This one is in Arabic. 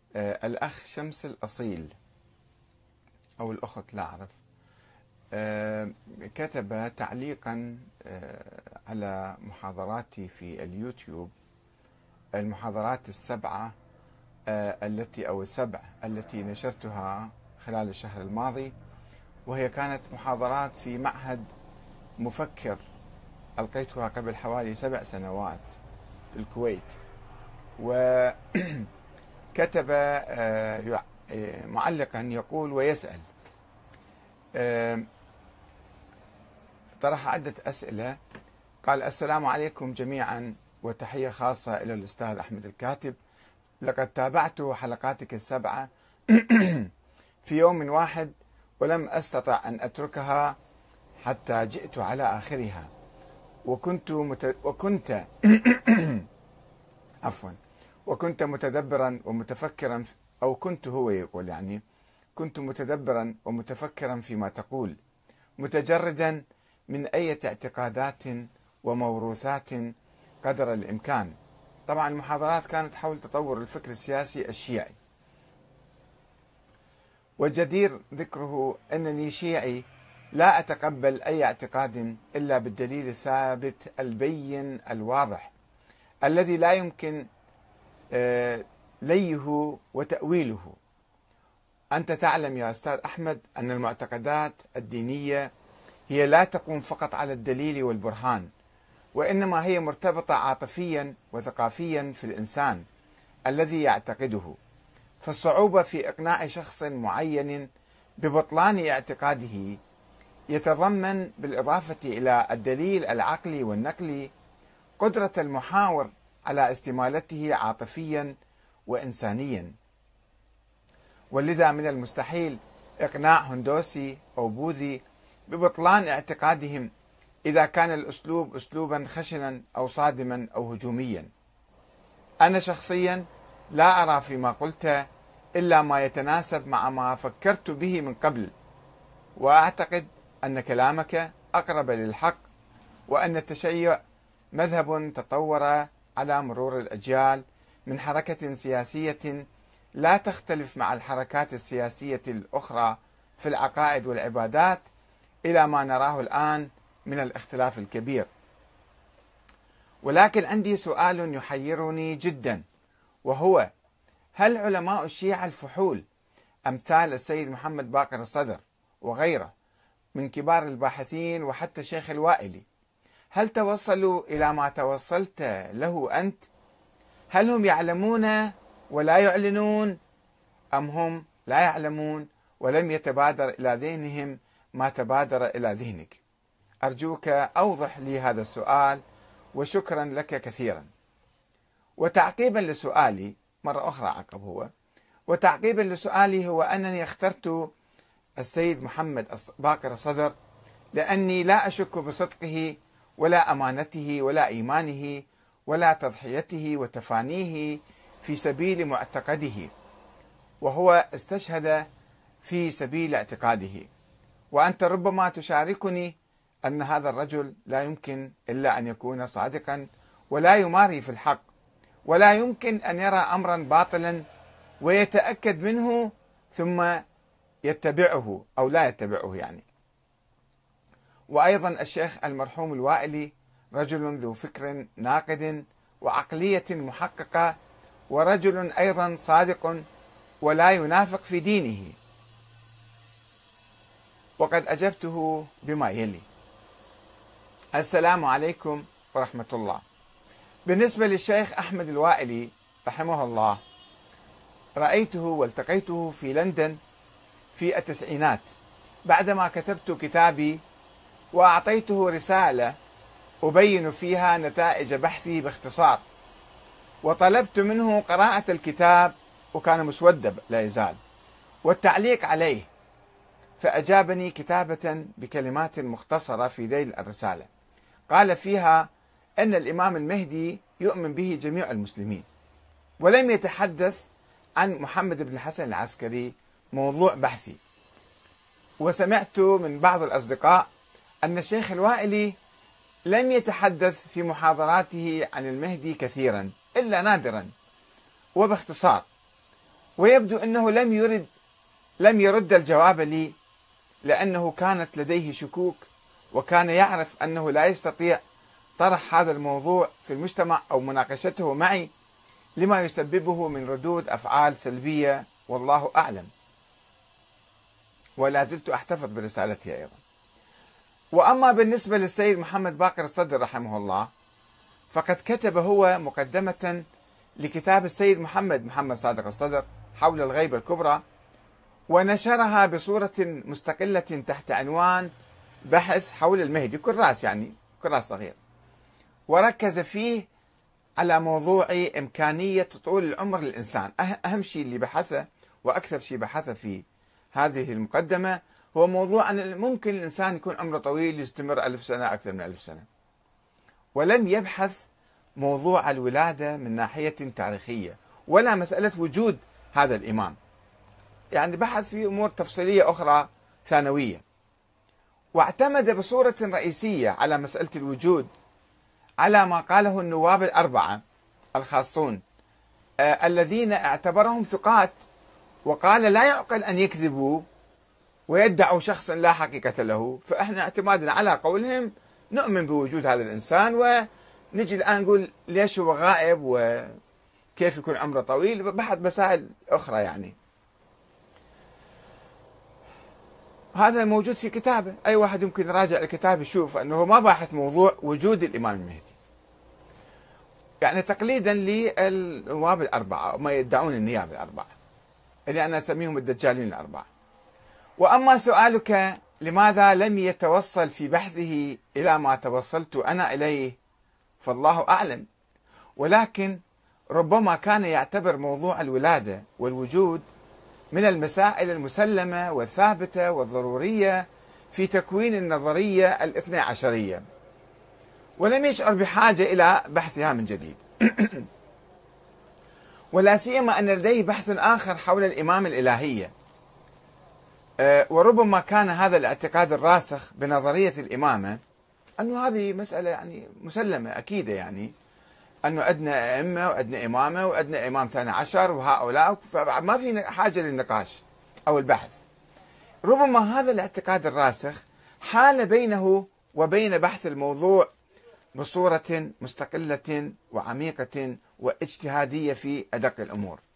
الأخ شمس الأصيل أو الأخت لا أعرف، كتب تعليقا على محاضراتي في اليوتيوب، المحاضرات السبعة التي نشرتها خلال الشهر الماضي، وهي كانت محاضرات في معهد مفكر ألقيتها قبل حوالي 7 سنوات في الكويت. وكتب معلقا يقول ويسأل، طرح عدة أسئلة. قال: السلام عليكم جميعا، وتحية خاصة إلى الأستاذ أحمد الكاتب. لقد تابعت حلقاتك السبعة في يوم واحد، ولم أستطع أن أتركها حتى جئت على آخرها، وكنت عفوا وكنت متدبرا ومتفكرا، أو كنت هو يقول يعني كنت متدبرا ومتفكرا فيما تقول، متجردا من أي اعتقادات وموروثات قدر الإمكان. طبعا المحاضرات كانت حول تطور الفكر السياسي الشيعي. والجدير ذكره أنني شيعي لا أتقبل أي اعتقاد إلا بالدليل الثابت البين الواضح الذي لا يمكن ليه وتأويله. أنت تعلم يا أستاذ أحمد أن المعتقدات الدينية هي لا تقوم فقط على الدليل والبرهان، وإنما هي مرتبطة عاطفيا وثقافيا في الإنسان الذي يعتقده. فالصعوبة في إقناع شخص معين ببطلان اعتقاده يتضمن بالإضافة إلى الدليل العقلي والنقلي قدرة المحاور على استمالته عاطفيا وإنسانيا. ولذا من المستحيل إقناع هندوسي أو بوذي ببطلان اعتقادهم إذا كان الأسلوب أسلوبا خشنا أو صادما أو هجوميا. أنا شخصيا لا أرى فيما قلت إلا ما يتناسب مع ما فكرت به من قبل، وأعتقد أن كلامك أقرب للحق، وأن التشيع مذهب تطور على مرور الأجيال من حركة سياسية لا تختلف مع الحركات السياسية الأخرى في العقائد والعبادات إلى ما نراه الآن من الاختلاف الكبير. ولكن عندي سؤال يحيرني جدا، وهو: هل علماء الشيعة الفحول أمثال السيد محمد باقر الصدر وغيره من كبار الباحثين وحتى الشيخ الوائلي، هل توصلوا إلى ما توصلت له أنت؟ هل هم يعلمون ولا يعلنون، أم هم لا يعلمون ولم يتبادر إلى ذهنهم ما تبادر إلى ذهنك؟ أرجوك أوضح لي هذا السؤال، وشكرا لك كثيرا. وتعقيبا لسؤالي مرة أخرى عقب هو وتعقيبا لسؤالي هو أنني اخترت السيد محمد باقر الصدر لأني لا أشك بصدقه ولا أمانته ولا إيمانه ولا تضحيته وتفانيه في سبيل معتقده، وهو استشهد في سبيل اعتقاده. وأنت ربما تشاركني أن هذا الرجل لا يمكن إلا أن يكون صادقا ولا يماري في الحق، ولا يمكن أن يرى أمرا باطلا ويتأكد منه ثم يتبعه أو لا يتبعه يعني. وأيضا الشيخ المرحوم الوائلي رجل ذو فكر ناقد وعقلية محققة، ورجل أيضا صادق ولا ينافق في دينه. وقد أجبته بما يلي: السلام عليكم ورحمة الله. بالنسبة للشيخ أحمد الوائلي رحمه الله، رأيته والتقيته في لندن في التسعينات بعدما كتبت كتابي، وأعطيته رسالة أبين فيها نتائج بحثي باختصار، وطلبت منه قراءة الكتاب، وكان مسودة لا يزال، والتعليق عليه، فأجابني كتابة بكلمات مختصرة في ذيل الرسالة. قال فيها أن الإمام المهدي يؤمن به جميع المسلمين، ولم يتحدث عن محمد بن الحسن العسكري موضوع بحثي. وسمعت من بعض الأصدقاء أن الشيخ الوائلي لم يتحدث في محاضراته عن المهدي كثيرا إلا نادرا وباختصار، ويبدو أنه لم يرد الجواب لي، لأنه كانت لديه شكوك، وكان يعرف أنه لا يستطيع طرح هذا الموضوع في المجتمع أو مناقشته معي لما يسببه من ردود أفعال سلبية، والله أعلم. ولا زلت أحتفظ برسالتي أيضا. وأما بالنسبة للسيد محمد باقر الصدر رحمه الله، فقد كتب هو مقدمة لكتاب السيد محمد صادق الصدر حول الغيبة الكبرى، ونشرها بصورة مستقلة تحت عنوان بحث حول المهدي، كراس يعني كراس صغير، وركز فيه على موضوع إمكانية طول العمر للإنسان. أهم شيء اللي بحثه وأكثر شيء بحثه في هذه المقدمة هو موضوع أن ممكن الإنسان يكون عمره طويل، يستمر 1000 سنة، أكثر من 1000 سنة. ولم يبحث موضوع الولادة من ناحية تاريخية ولا مسألة وجود هذا الإمام، يعني بحث في أمور تفصيلية أخرى ثانوية، واعتمد بصورة رئيسية على مسألة الوجود على ما قاله النواب الأربعة الخاصون الذين اعتبرهم ثقات، وقال لا يعقل أن يكذبوا ويدعوا شخصا لا حقيقة له، فإحنا اعتمادنا على قولهم نؤمن بوجود هذا الإنسان، ونجي الآن نقول ليش هو غائب وكيف يكون عمره طويل، بحث مسائل أخرى. يعني هذا موجود في كتابه، أي واحد يمكن يراجع الكتاب يشوف أنه ما باحث موضوع وجود الإمام المهدي، يعني تقليدا للنواب الأربعة، ما يدعون النيابة الأربعة اللي أنا أسميهم الدجالين الأربعة. وأما سؤالك لماذا لم يتوصل في بحثه إلى ما توصلت أنا إليه فالله أعلم، ولكن ربما كان يعتبر موضوع الولادة والوجود من المسائل المسلمة والثابتة والضرورية في تكوين النظرية الاثنى عشرية، ولم يشعر بحاجة إلى بحثها من جديد. ولا سيما أن لديه بحث آخر حول الإمامة الإلهية، وربما كان هذا الاعتقاد الراسخ بنظرية الإمامة أنه هذه مسألة يعني مسلمة أكيدة، يعني أنه عندنا أئمة وعندنا إمامة وعندنا إمام 12 وهؤلاء، فما في حاجة للنقاش أو البحث. ربما هذا الاعتقاد الراسخ حال بينه وبين بحث الموضوع بصورة مستقلة وعميقة واجتهادية في أدق الأمور.